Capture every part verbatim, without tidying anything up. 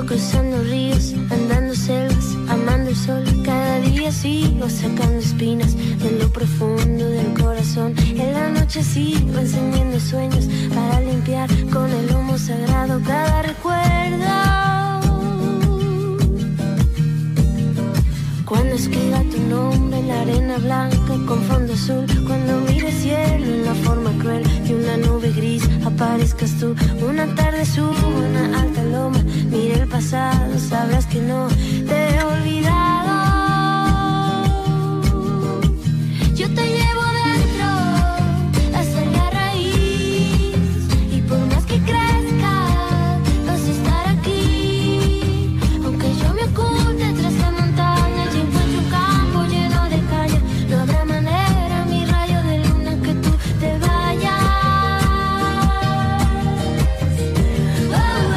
cruzando ríos, andando selvas, amando el sol. Cada día sigo sacando espinas de lo profundo del corazón. En la noche sigo encendiendo sueños para limpiar con el humo sagrado cada recuerdo. Cuando escriba tu nombre en la arena blanca con fondo azul, cuando mire el cielo en la forma cruel de una nube gris, aparezcas tú. Una tarde subo una alta loma, mire el pasado, sabrás que no te he olvidado. Yo te llevo dentro hasta la raíz, y por más que crezca vas a estar aquí. Aunque yo me oculte tras la montaña y encuentre un campo lleno de caña, no habrá manera, mi rayo de luna, que tú te vayas. Oh, oh,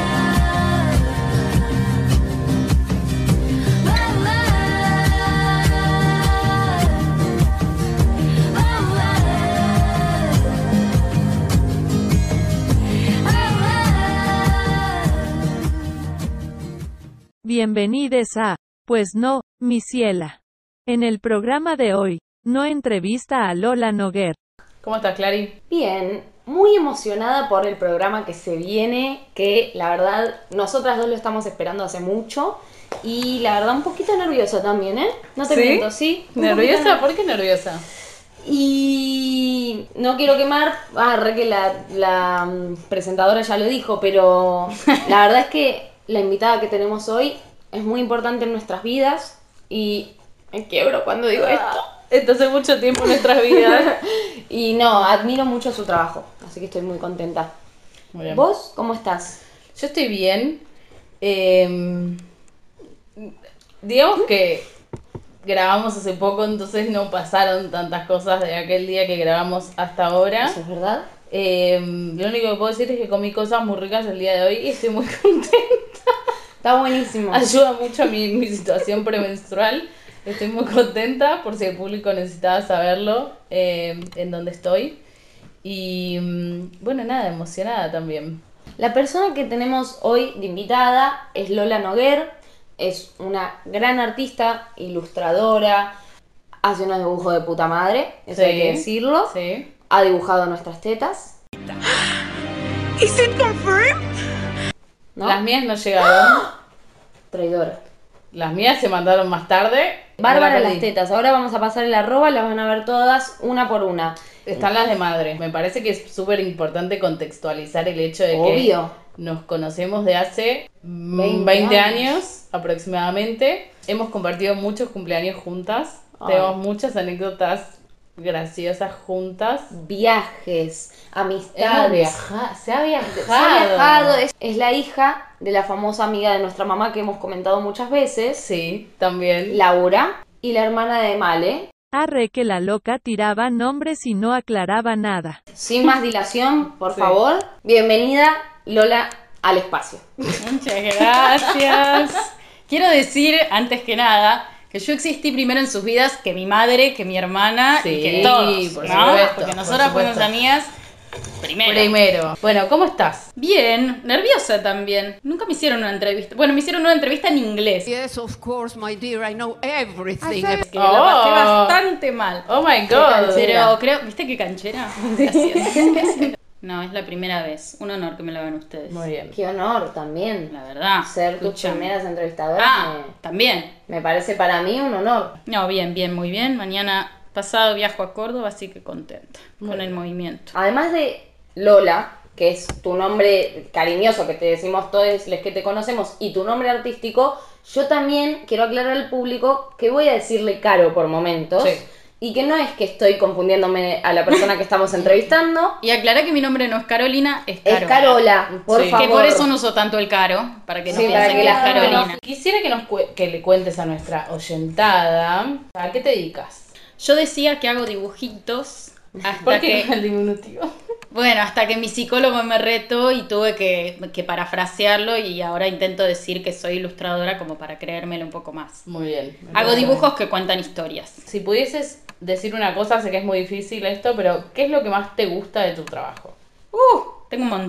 Bienvenides a Pues no, mi ciela. En el programa de hoy, no entrevista a Lola Noguer. ¿Cómo estás, Clary? Bien, muy emocionada por el programa que se viene, que la verdad nosotras dos lo estamos esperando hace mucho y la verdad un poquito nerviosa también, ¿eh? No te ¿Sí? miento, sí. un ¿Nerviosa? poquito ¿Por qué nerviosa? Y no quiero quemar, ah, re que la, la mm, presentadora ya lo dijo, pero la verdad es que la invitada que tenemos hoy es muy importante en nuestras vidas y me quiebro cuando digo esto. Esto hace mucho tiempo en nuestras vidas. Y no, admiro mucho su trabajo, así que estoy muy contenta. Muy bien. ¿Vos cómo estás? Yo estoy bien. Eh, digamos que grabamos hace poco, entonces no pasaron tantas cosas de aquel día que grabamos hasta ahora. ¿Eso es verdad? Eh, lo único que puedo decir es que comí cosas muy ricas el día de hoy y estoy muy contenta. Está buenísimo. Ayuda mucho a mi, mi situación premenstrual. Estoy muy contenta, por si el público necesitaba saberlo, eh, en dónde estoy. Y mm, bueno, nada, emocionada también. La persona que tenemos hoy de invitada es Lola Noguer. Es una gran artista, ilustradora, hace unos dibujos de puta madre, eso Sí. hay que decirlo. Sí. Ha dibujado nuestras tetas. Is it confirmed? ¿No? Las mías no llegaron. Traidora. Las mías se mandaron más tarde. Bárbara Me la las perdí. tetas. Ahora vamos a pasar el arroba, las van a ver todas una por una. Están las de madre. Me parece que es súper importante contextualizar el hecho de Obvio. que nos conocemos de hace veinte veinte años. años aproximadamente. Hemos compartido muchos cumpleaños juntas. Ay. Tenemos muchas anécdotas graciosas juntas. Viajes, Hemos amistades. viajado, se ha viajado. Se ha viajado. Es, es la hija de la famosa amiga de nuestra mamá que hemos comentado muchas veces, Sí, también. Laura, y la hermana de Male. Arre que la loca tiraba nombres y no aclaraba nada. Sin más dilación, por Sí. favor, bienvenida Lola al espacio. Muchas gracias. Quiero decir, antes que nada, que yo existí primero en sus vidas que mi madre, que mi hermana Sí, y que todos, por ¿no? supuesto, Porque por nosotras fuimos supuesto. amigas primero. Primero. Bueno, ¿cómo estás? Bien, nerviosa también. Nunca me hicieron una entrevista. Bueno, me hicieron una entrevista en inglés. Yes, of course, my dear. I know everything. Que la pasé Oh. bastante mal. Oh my god. Pero creo, ¿viste qué canchera? Gracias. No, es la primera vez. Un honor que me lo hagan ustedes. Muy bien. Qué honor también. La verdad. Ser tus escúchame. primeras entrevistadoras Ah, también. me, me parece para mí un honor. No, bien, bien, muy bien. Mañana pasado viajo a Córdoba, así que contenta Muy con bien. el movimiento. Además de Lola, que es tu nombre cariñoso que te decimos todos los que te conocemos, y tu nombre artístico, yo también quiero aclarar al público que voy a decirle Caro por momentos. Sí. Y que no es que estoy confundiéndome a la persona que estamos entrevistando. Y aclaré que mi nombre no es Carolina, es Caro. Es Carola, por Sí. favor. Que por eso no uso tanto el Caro, para que no Sí, piensen para que, que es la- Carolina. Quisiera que nos cu- que le cuentes a nuestra oyentada a qué te dedicas. Yo decía que hago dibujitos hasta ¿Por qué que, el diminutivo? bueno, hasta que mi psicólogo me retó y tuve que, que parafrasearlo y ahora intento decir que soy ilustradora como para creérmelo un poco más. Muy bien. me Hago parece dibujos que cuentan historias. bien. Si pudieses decir una cosa, sé que es muy difícil esto, pero ¿qué es lo que más te gusta de tu trabajo? Uh, tengo un montón.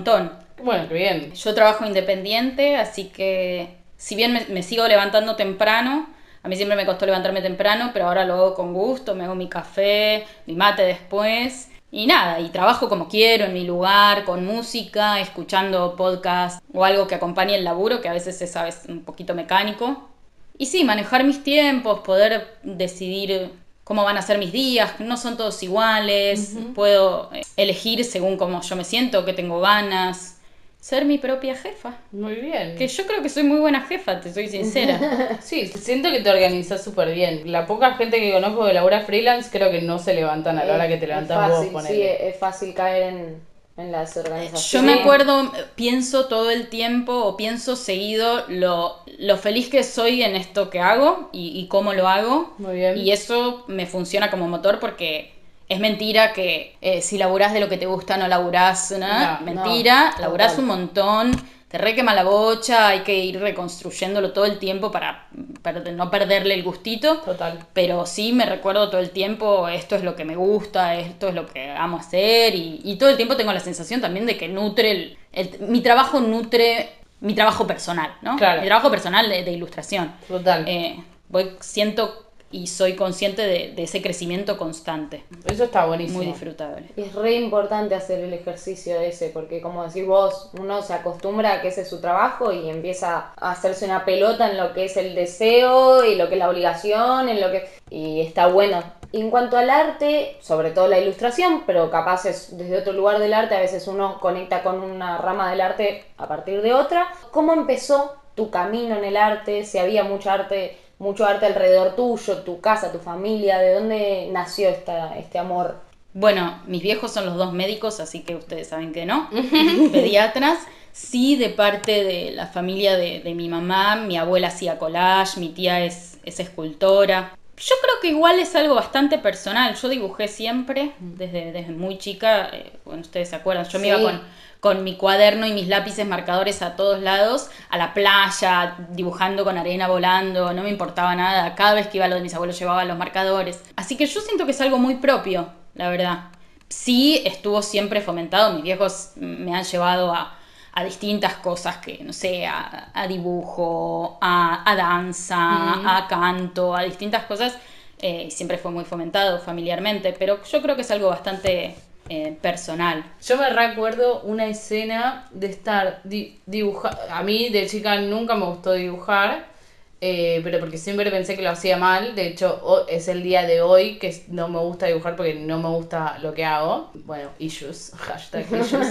Bueno, qué bien. Yo trabajo independiente, así que si bien me, me sigo levantando temprano, a mí siempre me costó levantarme temprano, pero ahora lo hago con gusto, me hago mi café, mi mate después. Y nada, y trabajo como quiero, en mi lugar, con música, escuchando podcast o algo que acompañe el laburo, que a veces es, ¿sabes?, un poquito mecánico. Y sí, manejar mis tiempos, poder decidir cómo van a ser mis días, no son todos iguales, uh-huh. Puedo elegir según cómo yo me siento, qué tengo ganas. Ser mi propia jefa. Muy bien. Que yo creo que soy muy buena jefa, te soy sincera. Sí, siento que te organizas súper bien. La poca gente que conozco que labura freelance creo que no se levantan a la hora que te levantás es fácil, vos. Sí, es fácil caer en, en la desorganización. Yo me acuerdo, pienso todo el tiempo o pienso seguido lo, lo feliz que soy en esto que hago y, y cómo lo hago. Muy bien. Y eso me funciona como motor porque... Es mentira que eh, si laburás de lo que te gusta no laburás, ¿no? No, mentira, no, laburás total. un montón, te re quema la bocha, hay que ir reconstruyéndolo todo el tiempo para, para no perderle el gustito. Total. Pero sí me recuerdo todo el tiempo, esto es lo que me gusta, esto es lo que amo hacer y, y todo el tiempo tengo la sensación también de que nutre, el, el, mi trabajo nutre mi trabajo personal, ¿no? Claro. Mi trabajo personal de, de ilustración. Total. Eh, voy, siento... y soy consciente de, de ese crecimiento constante. Eso está buenísimo. Muy disfrutable. Y es re importante hacer el ejercicio ese, porque como decís vos, uno se acostumbra a que ese es su trabajo y empieza a hacerse una pelota en lo que es el deseo y lo que es la obligación, en lo que y está bueno. Y en cuanto al arte, sobre todo la ilustración, pero capaz es desde otro lugar del arte, a veces uno conecta con una rama del arte a partir de otra. ¿Cómo empezó tu camino en el arte? Si había mucha arte... mucho arte alrededor tuyo, tu casa, tu familia, ¿de dónde nació esta, este amor? Bueno, mis viejos son los dos médicos, así que ustedes saben que no, pediatras. Sí, de parte de la familia de, de mi mamá, mi abuela hacía collage, mi tía es, es escultora. Yo creo que igual es algo bastante personal, yo dibujé siempre, desde, desde muy chica, eh, bueno, ustedes se acuerdan, yo me Sí. iba con... con mi cuaderno y mis lápices marcadores a todos lados, a la playa, dibujando con arena volando, no me importaba nada. Cada vez que iba a lo de mis abuelos llevaba los marcadores. Así que yo siento que es algo muy propio, la verdad. Sí, estuvo siempre fomentado, mis viejos me han llevado a, a distintas cosas que, no sé, a, a dibujo, a, a danza, mm. a canto, a distintas cosas. Eh, siempre fue muy fomentado familiarmente, pero yo creo que es algo bastante... Eh, personal. Yo me recuerdo una escena de estar di- dibujando. A mí de chica nunca me gustó dibujar, eh, pero porque siempre pensé que lo hacía mal. De hecho, o- es el día de hoy que no me gusta dibujar porque no me gusta lo que hago. Bueno, issues, hashtag issues.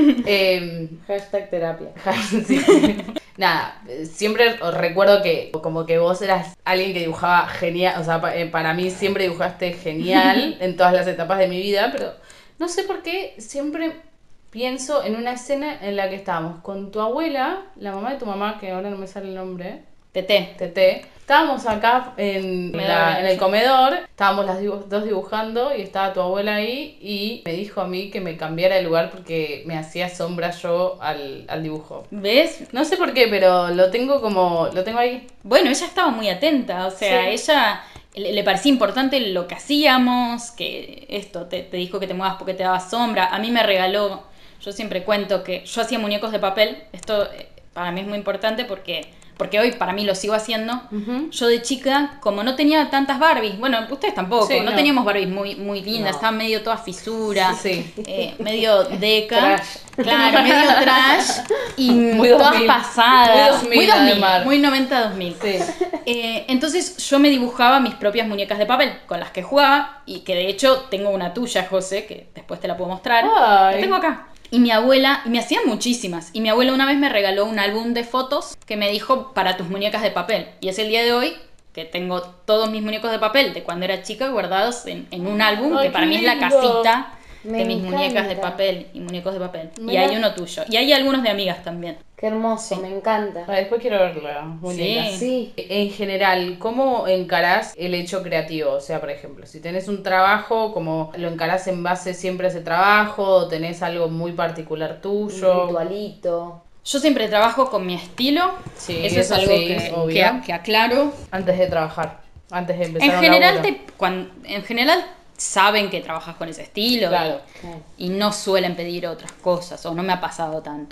eh, Hashtag terapia. sí. Nada, siempre os recuerdo que como que vos eras alguien que dibujaba genial. O sea, pa- eh, para mí siempre dibujaste genial en todas las etapas de mi vida, pero... No sé por qué siempre pienso en una escena en la que estábamos con tu abuela, la mamá de tu mamá, que ahora no me sale el nombre, Tete. Tete. Estábamos acá en, Comedor, la- en el sí. comedor, estábamos las dibu- dos dibujando y estaba tu abuela ahí y me dijo a mí que me cambiara de lugar porque me hacía sombra yo al, al dibujo. ¿Ves? No sé por qué, pero lo tengo como, lo tengo ahí. Bueno, ella estaba muy atenta, o sea, Sí. ella le, le parecía importante lo que hacíamos, que esto, te, te dijo que te muevas porque te daba sombra. A mí me regaló, yo siempre cuento que yo hacía muñecos de papel, esto eh, para mí es muy importante porque... porque hoy para mí lo sigo haciendo. Uh-huh. Yo de chica, como no tenía tantas Barbies, bueno, ustedes tampoco, Sí, no, no. teníamos Barbies muy, muy lindas, No. estaban medio todas fisuras, Sí. eh, medio deca, Trash. claro, medio trash y Muy todas dos mil. pasadas, Muy dos mil, muy dos mil, además. muy noventa dos mil. Sí. Eh, entonces yo me dibujaba mis propias muñecas de papel con las que jugaba y que de hecho tengo una tuya, José, que después te la puedo mostrar. Ay. La tengo acá. Y mi abuela, y me hacía muchísimas, y mi abuela una vez me regaló un álbum de fotos que me dijo para tus muñecas de papel. Y es el día de hoy que tengo todos mis muñecos de papel de cuando era chica guardados en, en un álbum Ay, que para qué mí es la lindo. casita Me de mis encanta. muñecas de papel y muñecos de papel. Y Mirá. hay uno tuyo. Y hay algunos de amigas también. Qué hermoso, me encanta. Ah, después quiero verla. Muy Sí. linda. Sí. En general, ¿cómo encarás el hecho creativo? O sea, por ejemplo, si tenés un trabajo, ¿cómo lo encarás en base siempre a ese trabajo? ¿O tenés algo muy particular Un tuyo? ritualito. Yo siempre trabajo con mi estilo. Sí, eso, es eso algo sí, que, obvio. que, que aclaro. Antes de trabajar, antes de empezar En un general, laburo. te, cuan- en general saben que trabajas con ese estilo. Claro. Y no suelen pedir otras cosas, o no me ha pasado tanto.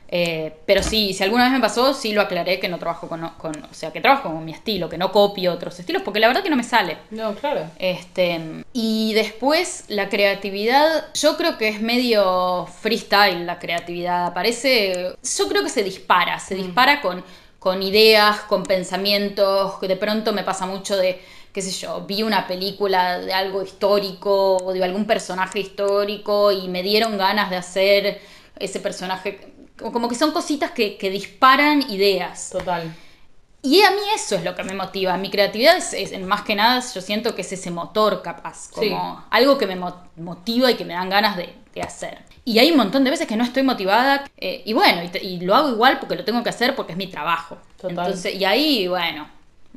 Eh, pero sí, si alguna vez me pasó, sí lo aclaré que no trabajo con, con, o sea, que trabajo con mi estilo, que no copio otros estilos, porque la verdad que no me sale. No, claro. Este, y después la creatividad, yo creo que es medio freestyle la creatividad, aparece, yo creo que se dispara, se mm. dispara con, con ideas, con pensamientos, que de pronto me pasa mucho de, qué sé yo, vi una película de algo histórico o de algún personaje histórico y me dieron ganas de hacer ese personaje. Como que son cositas que, que disparan ideas. Total. Y a mí eso es lo que me motiva. Mi creatividad es, es más que nada, yo siento que es ese motor capaz. Como sí. algo que me motiva y que me dan ganas de, de hacer. Y hay un montón de veces que no estoy motivada. Eh, y bueno, y, te, y lo hago igual porque lo tengo que hacer porque es mi trabajo. Total. Entonces, y ahí, bueno,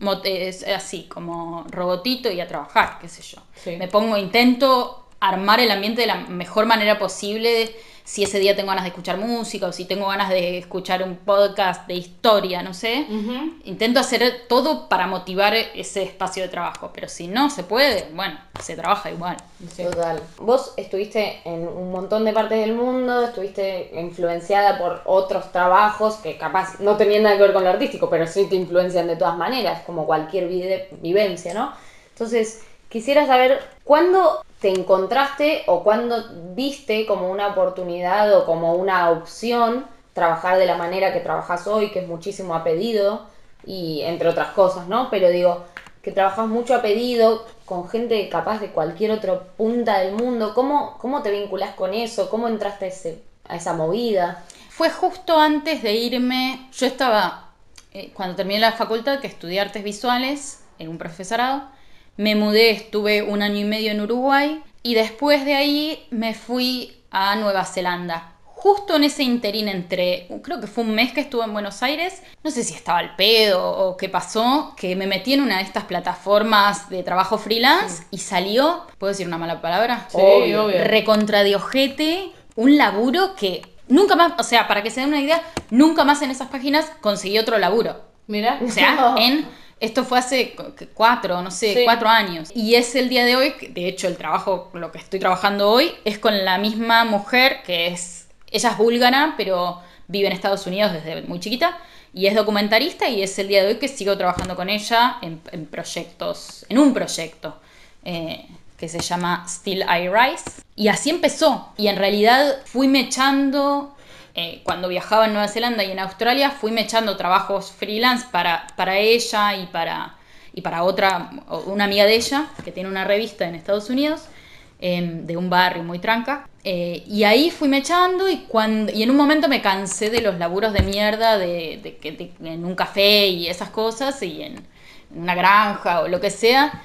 es así, como robotito y a trabajar, qué sé yo. Sí. Me pongo, intento armar el ambiente de la mejor manera posible. Si ese día tengo ganas de escuchar música o si tengo ganas de escuchar un podcast de historia, no sé. Uh-huh. Intento hacer todo para motivar ese espacio de trabajo. Pero si no se puede, bueno, se trabaja igual. Sí. Total. Vos estuviste en un montón de partes del mundo, estuviste influenciada por otros trabajos que capaz no tenían nada que ver con lo artístico, pero sí te influencian de todas maneras, como cualquier vide- vivencia, ¿no? Entonces, quisiera saber cuándo te encontraste o cuándo viste como una oportunidad o como una opción trabajar de la manera que trabajas hoy, que es muchísimo a pedido y entre otras cosas, ¿no? Pero digo, que trabajas mucho a pedido con gente capaz de cualquier otra punta del mundo. ¿Cómo, cómo te vinculás con eso? ¿Cómo entraste a, ese, a esa movida? Fue justo antes de irme. Yo estaba, eh, cuando terminé la facultad, que estudié artes visuales en un profesorado. Me mudé, estuve un año y medio en Uruguay y después de ahí me fui a Nueva Zelanda. Justo en ese interín entre, creo que fue un mes que estuve en Buenos Aires, no sé si estaba al pedo o qué pasó, que me metí en una de estas plataformas de trabajo freelance sí. y salió, ¿puedo decir una mala palabra? Sí, obvio. obvio. Recontra de ojete, un laburo que nunca más, o sea, para que se den una idea, nunca más en esas páginas conseguí otro laburo. Mirá. O sea, en... Esto fue hace cuatro, no sé, sí. cuatro años. Y es el día de hoy, de hecho el trabajo, lo que estoy trabajando hoy, es con la misma mujer que es, ella es búlgara, pero vive en Estados Unidos desde muy chiquita, y es documentarista, y es el día de hoy que sigo trabajando con ella en, en proyectos, en un proyecto eh, que se llama Still I Rise. Y así empezó, y en realidad fui mechando... Eh, cuando viajaba en Nueva Zelanda y en Australia, fui echando trabajos freelance para, para ella y para, y para otra, una amiga de ella, que tiene una revista en Estados Unidos, eh, de un barrio muy tranca. Eh, y ahí fui echando y, cuando, y en un momento me cansé de los laburos de mierda de, de, de, de, en un café y esas cosas, y en, en una granja o lo que sea.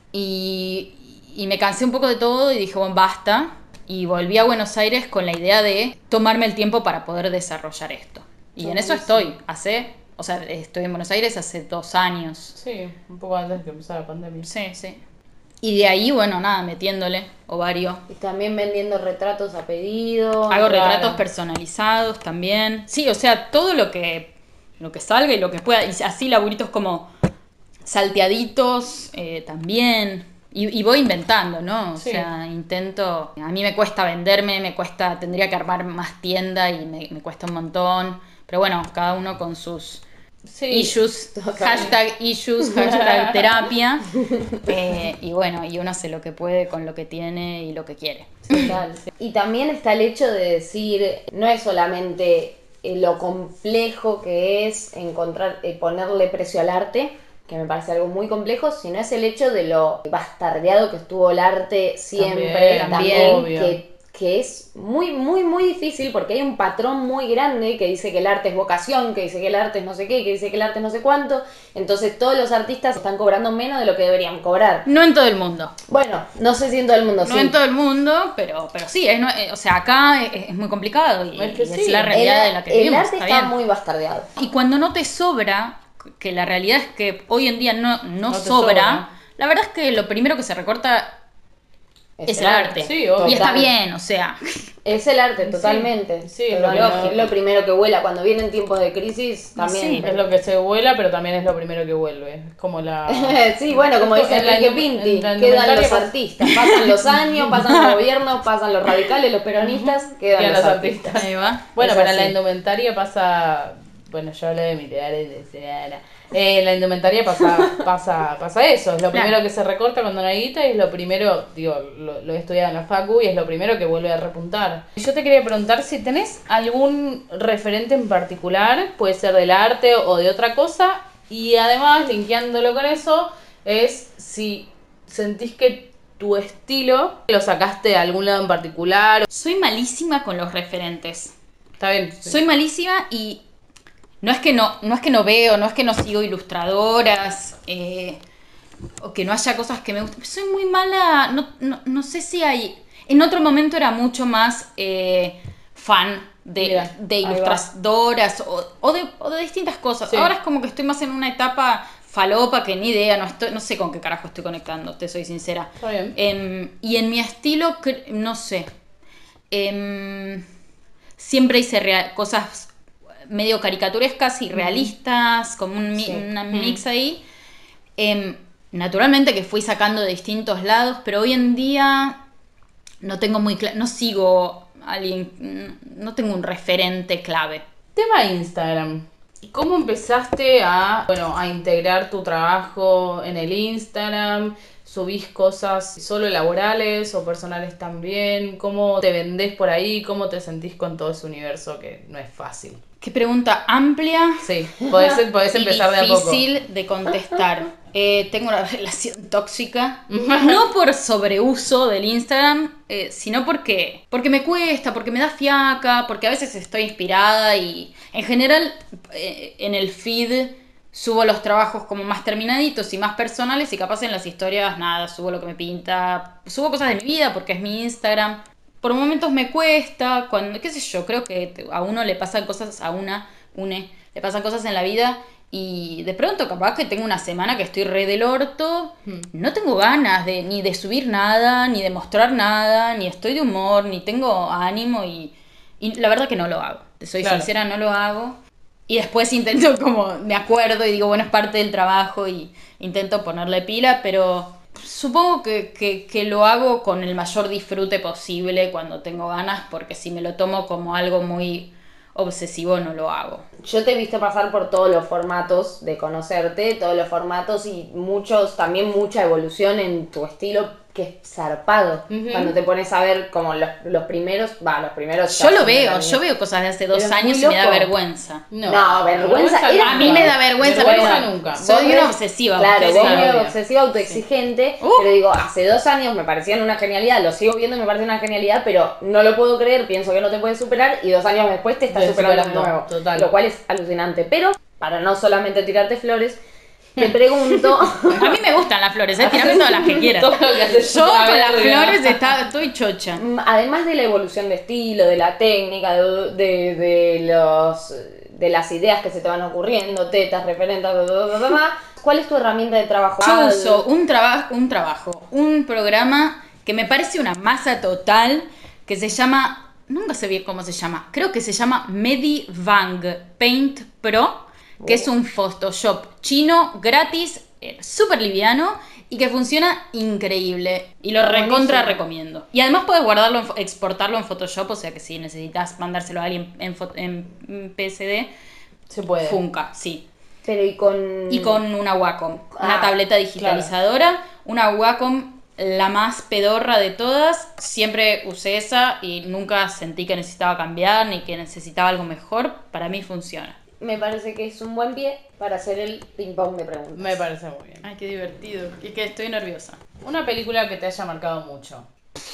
Y, y me cansé un poco de todo y dije, bueno, basta. Y volví a Buenos Aires con la idea de tomarme el tiempo para poder desarrollar esto. Y en eso estoy, hace, o sea, estoy en Buenos Aires hace dos años. Sí, un poco antes de que empezara la pandemia. Sí, sí. Y de ahí, bueno, nada, metiéndole ovario. Y también vendiendo retratos a pedido. Hago claro. retratos personalizados también. Sí, o sea, todo lo que, lo que salga y lo que pueda. Y así laburitos como salteaditos eh, también. Y, y voy inventando, ¿no? O sí. sea, intento... A mí me cuesta venderme, me cuesta... Tendría que armar más tienda y me, me cuesta un montón. Pero bueno, cada uno con sus sí. issues. Totalmente. Hashtag issues, hashtag terapia. Eh, y bueno, y uno hace lo que puede con lo que tiene y lo que quiere. Total. Y también está el hecho de decir... No es solamente lo complejo que es encontrar... Eh, ponerle precio al arte... que me parece algo muy complejo, sino es el hecho de lo bastardeado que estuvo el arte siempre, también, también obvio. que, que es muy, muy, muy difícil porque hay un patrón muy grande que dice que el arte es vocación, que dice que el arte es no sé qué, que dice que el arte es no sé cuánto, entonces todos los artistas están cobrando menos de lo que deberían cobrar. No en todo el mundo. Bueno, no sé si en todo el mundo, no sí. en todo el mundo, pero, pero sí, es, no, o sea, acá es, es muy complicado y es, que sí. es la realidad el, de la que el vivimos. El arte está, está bien. muy bastardeado. Y cuando no te sobra... que la realidad es que hoy en día no, no, no sobra, sobra, la verdad es que lo primero que se recorta es el arte. Sí, obvio. Y está Total. bien, o sea. Es el arte, totalmente. sí, es Total- lo es primero. lo primero que vuela. Cuando vienen tiempos de crisis, también. Sí, Es lo que se vuela, pero también es lo primero que vuelve. Es como la... Sí, bueno, como dice En la Enrique indum- Pinti, en la quedan indumentaria los pas- artistas. Pasan los años, pasan los gobiernos, pasan los radicales, los peronistas, quedan Quedan los los artistas. artistas. Ahí va. Bueno, Es pero así. en la indumentaria pasa... Bueno, yo hablé de militares, de Seara. Eh, en la indumentaria pasa, pasa, pasa eso. Es lo Claro. primero que se recorta cuando no hay guita y es lo primero, digo, lo, lo he estudiado en la facu y es lo primero que vuelve a repuntar. Yo te quería preguntar si tenés algún referente en particular, puede ser del arte o de otra cosa, y además, linkeándolo con eso, es si sentís que tu estilo lo sacaste de algún lado en particular. Soy malísima con los referentes. Está bien. sí. Soy malísima y no es que no, no es que no veo, no es que no sigo ilustradoras, eh, o que no haya cosas que me gusten. Soy muy mala, no, no, no sé si hay. En otro momento era mucho más eh, fan de, Mira, de ahí va. ilustradoras o, o, de, o de distintas cosas. Sí. Ahora es como que estoy más en una etapa falopa que ni idea, no estoy, no sé con qué carajo estoy conectando, te soy sincera. Está bien. Em, y en mi estilo, cre- no sé. Em, siempre hice rea- cosas medio caricaturescas y realistas, como un mi- Sí. una mix ahí. Em, naturalmente que fui sacando de distintos lados, pero hoy en día no tengo muy claro, no sigo a alguien, no tengo un referente clave. Tema Instagram. ¿Cómo empezaste a, bueno, a integrar tu trabajo en el Instagram? ¿Subís cosas solo laborales o personales también? ¿Cómo te vendés por ahí? ¿Cómo te sentís con todo ese universo que no es fácil? Qué pregunta amplia. Sí, podés, podés y empezar de a poco. difícil de contestar. Eh, tengo una relación tóxica, no por sobreuso del Instagram, eh, sino porque, porque me cuesta, porque me da fiaca, porque a veces estoy inspirada y en general eh, en el feed subo los trabajos como más terminaditos y más personales y capaz en las historias nada, subo lo que me pinta, subo cosas de mi vida porque es mi Instagram. Por momentos me cuesta, cuando, qué sé yo, creo que a uno le pasan cosas, a una, une, le pasan cosas en la vida y de pronto capaz que tengo una semana que estoy re del orto, no tengo ganas de ni de subir nada, ni de mostrar nada, ni estoy de humor, ni tengo ánimo y, y la verdad que no lo hago. Te soy Claro. sincera, no lo hago. Y después intento como, me acuerdo y digo, bueno, es parte del trabajo y intento ponerle pila, pero supongo que, que, que lo hago con el mayor disfrute posible cuando tengo ganas, porque si me lo tomo como algo muy obsesivo no lo hago. Yo te he visto pasar por todos los formatos de conocerte, todos los formatos y muchos, también mucha evolución en tu estilo, que es zarpado. Ujú. Cuando te pones a ver como los, los primeros, va, los primeros. Yo ya lo son veo, también. yo veo cosas de hace dos Pero es muy años y me da loco. vergüenza. No, vergüenza, era- A mí me da vergüenza, vergüenza pero nunca. soy Vos una res- obsesiva. Claro, obsesiva. vos muy obvio. obsesiva, autoexigente, Uh. pero digo, hace dos años me parecían una genialidad, lo sigo viendo y me parece una genialidad, pero no lo puedo creer, pienso que no te puedes superar y dos años después te estás Te superando de superando, nuevo. total. Lo cual es alucinante, pero para no solamente tirarte flores, te pregunto... A mí me gustan las flores, ¿eh? Tirame todas las que quieras. Todo lo que haces Yo una con vez, las ¿verdad? flores está, estoy chocha. Mm, Además de la evolución de estilo, de la técnica, de, de, de los de las ideas que se te van ocurriendo, tetas, referentes, bla, bla, bla, bla, bla, ¿cuál es tu herramienta de trabajo? Yo Ah, uso un trabajo, un trabajo, un programa que me parece una masa total, que se llama, nunca sé bien cómo se llama, creo que se llama Medivang Paint Pro, que es un Photoshop chino gratis, eh, súper liviano y que funciona increíble. Y lo Está recontra buenísimo. recomiendo. Y además puedes guardarlo, en fo- exportarlo en Photoshop, o sea que si necesitas mandárselo a alguien en, fo- en P S D, Se puede. funca, sí. Pero y con... Y con una Wacom, una Ah, tableta digitalizadora, una Wacom la más pedorra de todas, siempre usé esa y nunca sentí que necesitaba cambiar ni que necesitaba algo mejor, para mí funciona. Me parece que es un buen pie para hacer el ping pong de preguntas. Me parece muy bien. Ay, qué divertido, y que estoy nerviosa. Una película que te haya marcado mucho.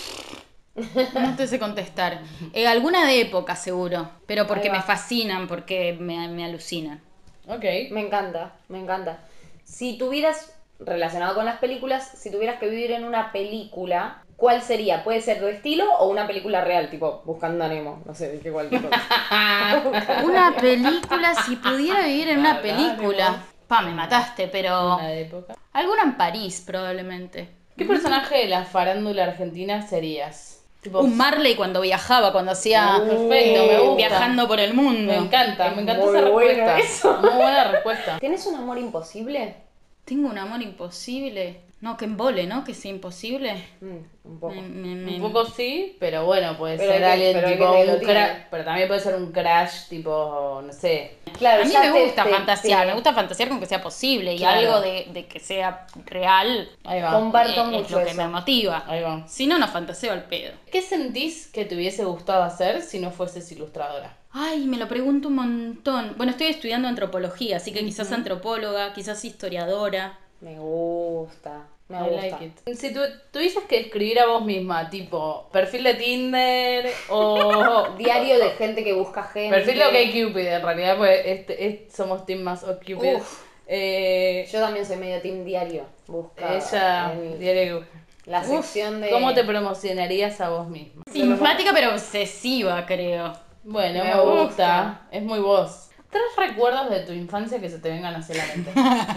No te sé contestar. Eh, alguna de época seguro, pero porque Ahí va. me fascinan, porque me, me alucinan. Ok. Me encanta, me encanta. Si tuvieras, relacionado con las películas, si tuvieras que vivir en una película, ¿cuál sería? ¿Puede ser de estilo o una película real? Tipo, Buscando a Nemo, no sé, de cualquier cosa. Una película, si pudiera vivir en una Claro, película. Pa, me mataste, pero... Una de época. Alguna en París, probablemente. ¿Qué personaje de la farándula argentina serías? Tipo, Un Marley cuando viajaba, cuando hacía Uh, perfecto, me gusta. viajando por el mundo. me encanta, me encanta muy esa bueno respuesta. eso. Muy buena respuesta. ¿Tienes un amor imposible? Tengo un amor imposible. No, que embole, ¿no? Que sea imposible. Mm, un poco. Me- me- me- Un poco sí, pero bueno, puede Pero ser hay que- alguien pero hay tipo que lo un tiene. crash, pero también puede ser un crash tipo, no sé. Claro, A mí ya me te- gusta te- fantasear, te- me gusta fantasear con que sea posible y Claro. algo de, de que sea real. Ahí va. Comparto eh, mucho es lo que eso. me motiva. Ahí va. Si no, no fantaseo al pedo. ¿Qué sentís que te hubiese gustado hacer si no fueses ilustradora? Ay, me lo pregunto un montón. Bueno, estoy estudiando antropología, así que quizás antropóloga, quizás historiadora. Me gusta. Me I gusta. like it. Si tu, tuvieses que escribir a vos misma, tipo, perfil de Tinder o Diario de gente que busca gente. perfil de OkCupid, en realidad, pues este, este- somos team más OkCupid. Uf. Eh, Yo también soy medio team diario. Busca ella, en diario que- la Uf, sección de... ¿Cómo te promocionarías a vos misma? Simpática pero obsesiva, creo. Bueno, Me me, gusta. gusta. Es muy vos. ¿Tres recuerdos de tu infancia que se te vengan hacia la mente?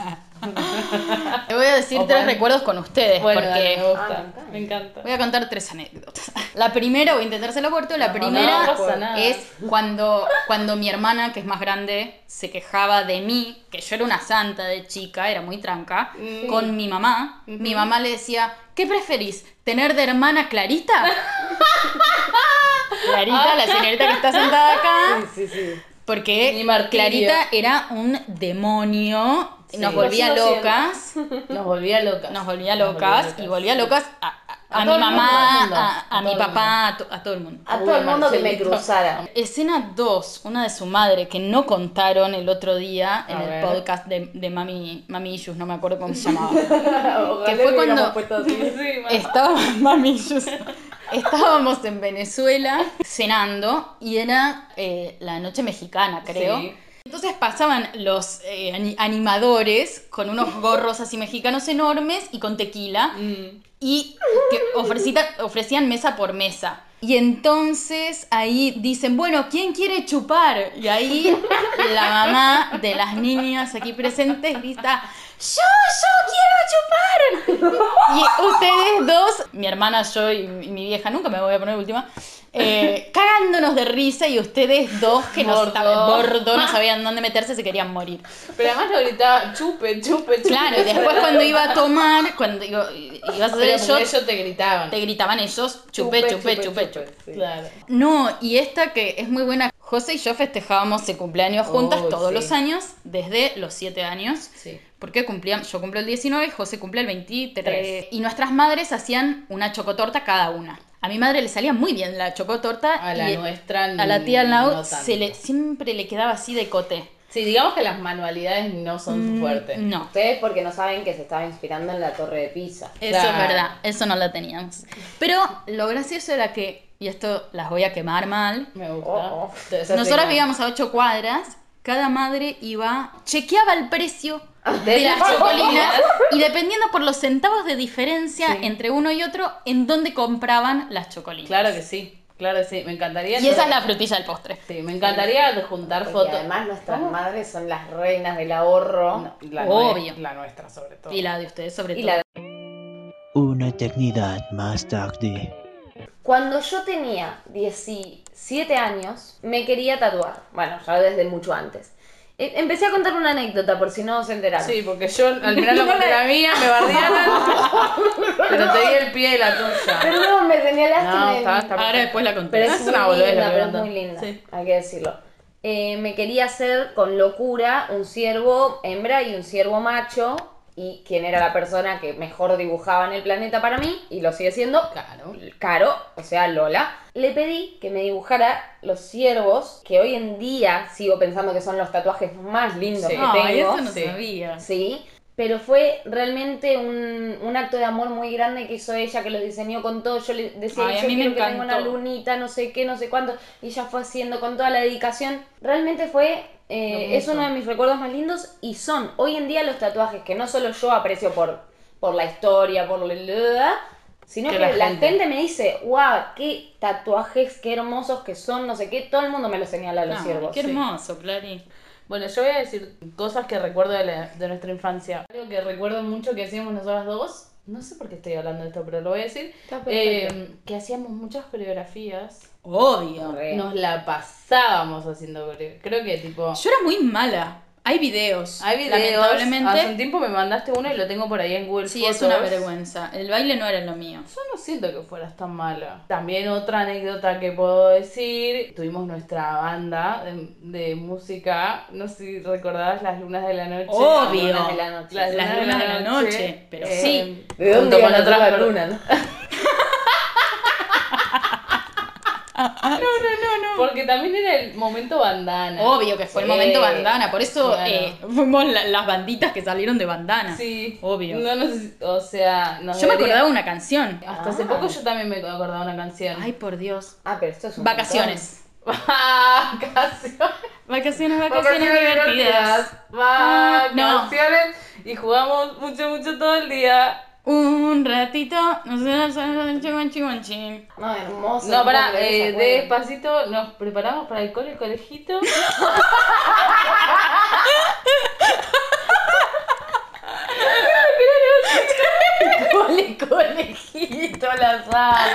Te voy a decir O tres pueden- recuerdos con ustedes, Bueno, porque dale, me gusta. Ah, me encanta. me encanta. voy a contar tres anécdotas. La primera, voy a intentar hacerlo corto, la No, primera no pasa nada. es cuando, cuando mi hermana, que es más grande, se quejaba de mí, que yo era una santa de chica, era muy tranca, Mm. con mi mamá. Mi mamá le decía, ¿qué preferís? ¿Tener de hermana Clarita? Clarita, la señorita que está sentada acá. Sí, sí. Porque Mi martirio. Clarita era un demonio, Sí. nos volvía Lo sigo locas, Nos volvía locas. nos volvía locas y volvía sí. locas a, a- A a todo mi el mundo, mamá, al mundo, a, a a mi todo el papá, a, to- a todo el mundo. A todo el mundo que me Marcelito. cruzara. Escena dos, una de su madre que no contaron el otro día en A el ver. podcast de, de Mami, Mami Issues, no me acuerdo cómo se llamaba. Ojalá Que fue le hubiéramos cuando- puesto así. Sí, ma. Estábamos, Mami Issues. Estábamos en Venezuela cenando y era eh, la noche mexicana, creo. Sí. Entonces pasaban los eh, ani- animadores con unos gorros así mexicanos enormes y con tequila Mm. y que ofrecita- ofrecían mesa por mesa. Y entonces ahí dicen, bueno, ¿quién quiere chupar? Y ahí la mamá de las niñas aquí presentes grita, ¡yo, yo quiero chupar! Y ustedes dos, mi hermana, yo y mi mi vieja, nunca me voy a poner última, eh, cagándonos de risa y ustedes dos que no, Bordo. sab- bordo, no sabían dónde meterse, se querían morir. Pero además lo gritaba, chupe, chupe, chupe. Claro, y después cuando iba a tomar, cuando iba- ibas a hacer Pero el porque shot, ellos te gritaban. te gritaban ellos, chupé, chupé, chupé, chupé. sí. Claro. No, y esta que es muy buena, José y yo festejábamos el cumpleaños juntas Oh, todos sí. los años, desde los siete años. Sí. Porque cumplían, yo cumplo el diecinueve y José cumple el veintitrés. Tres. Y nuestras madres hacían una chocotorta cada una. A mi madre le salía muy bien la chocotorta. A la y nuestra a la tía Nau no tanto. se le, siempre le quedaba así de coté. Sí, digamos que las manualidades no son su fuerte. Mm, No. Ustedes porque no saben que se estaba inspirando en la torre de Pisa. Eso Claro. es verdad, eso no la teníamos. Pero lo gracioso era que, y esto las voy a quemar mal, Me gusta. Oh, oh. Debe ser nosotros digna. vivíamos a ocho cuadras, cada madre iba, chequeaba el precio De de las las chocolinas y dependiendo por los centavos de diferencia Sí. entre uno y otro, en dónde compraban las chocolinas. Claro que sí, claro que sí. Me encantaría. Y esa es la frutilla del postre. Sí, me encantaría juntar Porque fotos. además nuestras madres son las reinas del ahorro. No, la Obvio. nue- la nuestra, sobre todo. Y la de ustedes sobre Y todo. la- Una eternidad más tarde. Cuando yo tenía diecisiete años, me quería tatuar. Bueno, ya desde mucho antes. Eh, Empecé a contar una anécdota por si no se enteraron. Sí, porque yo al final no conté la mía, me bardeaban. Pero te di el pie de la tuya. Perdón, me tenía lástima. No, de- está, está Ahora después la conté. Pero es, Es muy una boludez linda, lo que pero es contó. muy linda, Sí. hay que decirlo. Eh, me quería hacer con locura un ciervo hembra y un ciervo macho. Y quién era la persona que mejor dibujaba en el planeta para mí, y lo sigue siendo, Claro. Caro, o sea, Lola. Le pedí que me dibujara los ciervos, que hoy en día sigo pensando que son los tatuajes más lindos Sí. que Ay, tengo. eso no Sí. sabía. Sí, pero fue realmente un, un acto de amor muy grande que hizo ella, que lo diseñó con todo. Yo le decía, Ay, a yo mí me quiero que tenga una encantó. lunita, no sé qué, no sé cuánto. Y ella fue haciendo con toda la dedicación. Realmente fue, eh, es uno de mis recuerdos más lindos. Y son hoy en día los tatuajes que no solo yo aprecio por, por la historia, por la... sino Que que, la la, gente. gente. me dice, wow, qué tatuajes, qué hermosos que son, no sé qué. Todo el mundo me lo señala a los Ay, ciervos. qué sí. hermoso, Clary. Bueno, yo voy a decir cosas que recuerdo de, la- de nuestra infancia. Algo que recuerdo mucho que hacíamos nosotras dos no sé por qué estoy hablando de esto, pero lo voy a decir, Está perfecto. eh, que hacíamos muchas coreografías. Obvio. Re. Nos la pasábamos haciendo coreografías. Creo que tipo... Yo era muy mala. Hay videos. Hay videos, Lamentablemente. hace un tiempo me mandaste uno y lo tengo por ahí en Google Sí, Fotos. es una vergüenza. El baile no era lo mío. Yo no siento que fueras tan mala. También otra anécdota que puedo decir, tuvimos nuestra banda de, de música, no sé si recordabas Las Lunas de la Noche. Obvio. Lunas de la Noche. Las Las Lunas de la Noche, pero sí. ¿De dónde junto iban con a otras traer la per- luna, no? Porque también era el momento bandana. Obvio que fue el Sí. momento bandana. Por eso Claro. eh, fuimos la- las banditas que salieron de bandana. Sí. Obvio. No, no sé, o sea, nos Yo me debería- acordaba una canción. Hasta hace poco yo también me acordaba una canción. Ay, por Dios. Ah, pero esto es un Vacaciones. Vacaciones. Vacaciones, vacaciones divertidas. Va, No. canciones y jugamos mucho, mucho todo el día. Un ratito. No sé, no sé, no sé, chihuan, chihuan, chin. No, hermoso. No, pará, puedo creer que eh, se acuerden. despacito nos preparamos para el cole, conejito. Cole, conejito, las amo.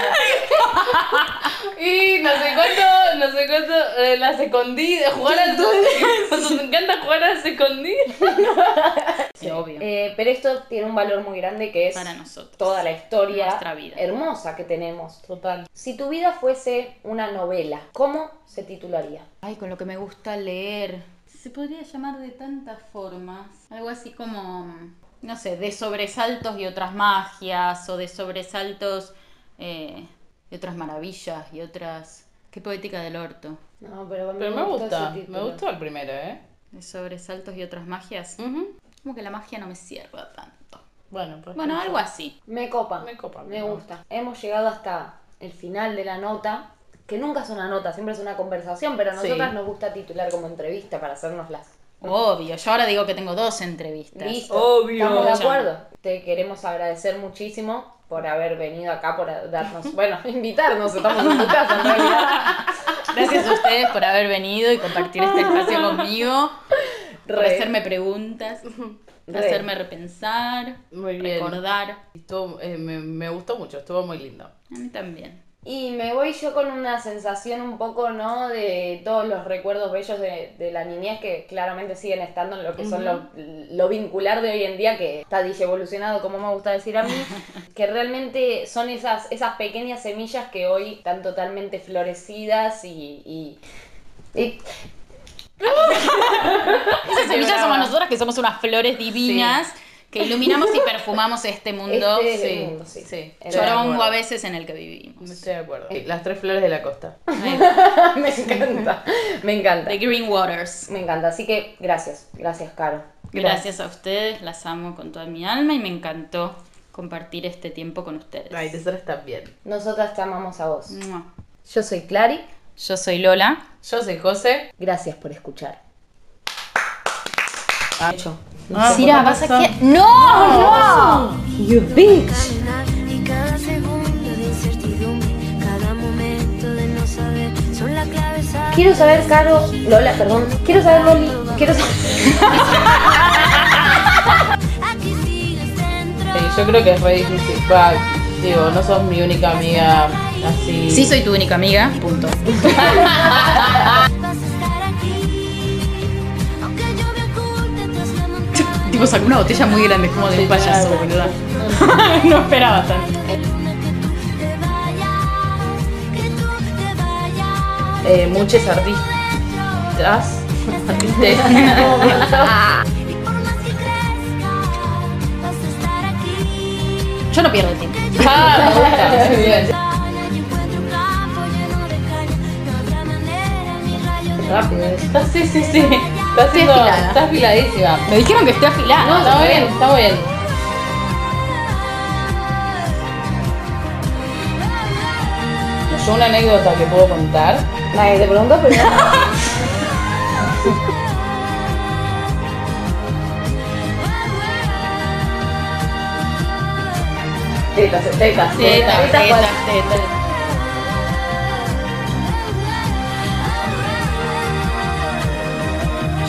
Y no sé cuánto, no sé cuánto, eh, las escondidas, jugar a nos encanta jugar a las escondidas. Sí, obvio. Eh, pero esto tiene un valor muy grande que es Para nosotros. toda la historia Nuestra vida. hermosa que tenemos. Total. Si tu vida fuese una novela, ¿cómo se titularía? Ay, con lo que me gusta leer. Se podría llamar de tantas formas. Algo así como, no sé, de sobresaltos y otras magias, o de sobresaltos eh, y otras maravillas y otras... Qué poética del orto. No, pero, a mí Pero me gustó gusta, ese me título. gustó el primero, ¿eh? De sobresaltos y otras magias. Ujú. Como que la magia no me cierra tanto. Bueno, pues. Bueno, algo así. Me copa. Me copa, Me me gusta. Hemos llegado hasta el final de la nota, que nunca es una nota, siempre es una conversación, pero a Sí. nosotras nos gusta titular como entrevista para hacernoslas. Obvio, yo ahora digo que tengo dos entrevistas. Listo. Obvio. Estamos de Escuchame. acuerdo. Te queremos agradecer muchísimo por haber venido acá, por darnos, bueno, invitarnos, estamos en tu casa en realidad. Gracias a ustedes por haber venido y compartir este espacio conmigo. Por Re. hacerme preguntas, Re. hacerme repensar, Muy bien. recordar. Estuvo, eh, me, me gustó mucho, estuvo muy lindo. A mí también. Y me voy yo con una sensación un poco, ¿no? De todos los recuerdos bellos de, de la niñez que claramente siguen estando en lo que son lo, lo vincular de hoy en día, que está evolucionado, como me gusta decir a mí, que realmente son esas, esas pequeñas semillas que hoy están totalmente florecidas y... y, y- Esas semillas somos nosotras, que somos unas flores divinas que iluminamos y perfumamos este mundo Este es el sí, mundo, sí. sí. El Estoy de chorongo acuerdo. a veces en el que vivimos. Estoy de acuerdo. Sí, las tres flores de la costa. me encanta, me encanta. The Green Waters. Me encanta, así que gracias, gracias Caro. Gracias a ustedes, las amo con toda mi alma y me encantó compartir este tiempo con ustedes. Ay, nosotros también. Nosotras te amamos a vos. Mua. Yo soy Clary, Yo soy Lola. Yo soy José. gracias por escuchar. Ah, Cira, vas a que... ¡No! ¡No! You bitch. Y cada segundo de incertidumbre, cada momento de no saber, son la clave. Quiero saber, Caro, Lola, perdón, quiero saber, Loli, quiero saber... Aquí sigues dentro. Sí, yo creo que es re difícil. Va, digo, no sos mi única amiga así. Sí, soy tu única amiga, punto. Vas a estar aquí, aunque yo me oculte tras la montaña. Tipo, sacó una botella muy grande, como de un payaso, boluda. No esperaba tanto. Que tú te vayas, que tú te vayas. Eh, muchos artistas. Artistas. Y por más que crezcas, vas a estar aquí. Yo no pierdo el tiempo. Ah, me gusta. Muy bien. Yo encuentro un campo lleno de caña, no habrá manera, mi rayo de Rápido. Estás, sí, sí, sí. Estás, haciendo, afilada. estás afiladísima. Me dijeron que esté afilada. No, está muy bien, está muy bien. Yo una anécdota que puedo contar. Nadie te preguntó, pero... Tetas, tetas, Teta, tetas, teta, tetas. teta.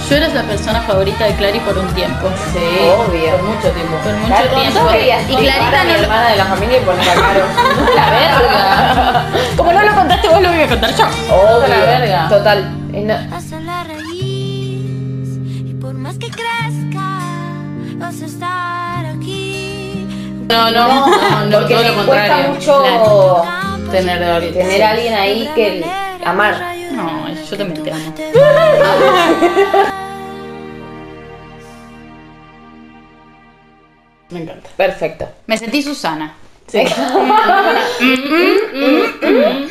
Yo era la persona favorita de Clary por un tiempo. Sí, Obvio. por mucho tiempo. Por mucho Claro, tiempo. vos querías Y Clarita a mi no lo... hermana de la familia y poner a Caro. La verga. Como no lo contaste vos, lo voy a contar yo. Obvio. La verga. Total. Es no- Hasta la raíz. Y por más que crezca, vas a estar aquí. No, no, no, no, porque todo me lo cuesta contrario. mucho Tener a alguien. tener a alguien ahí que amar. No, yo también te amo. Me encanta. Perfecto. Me sentí Susana. Sí.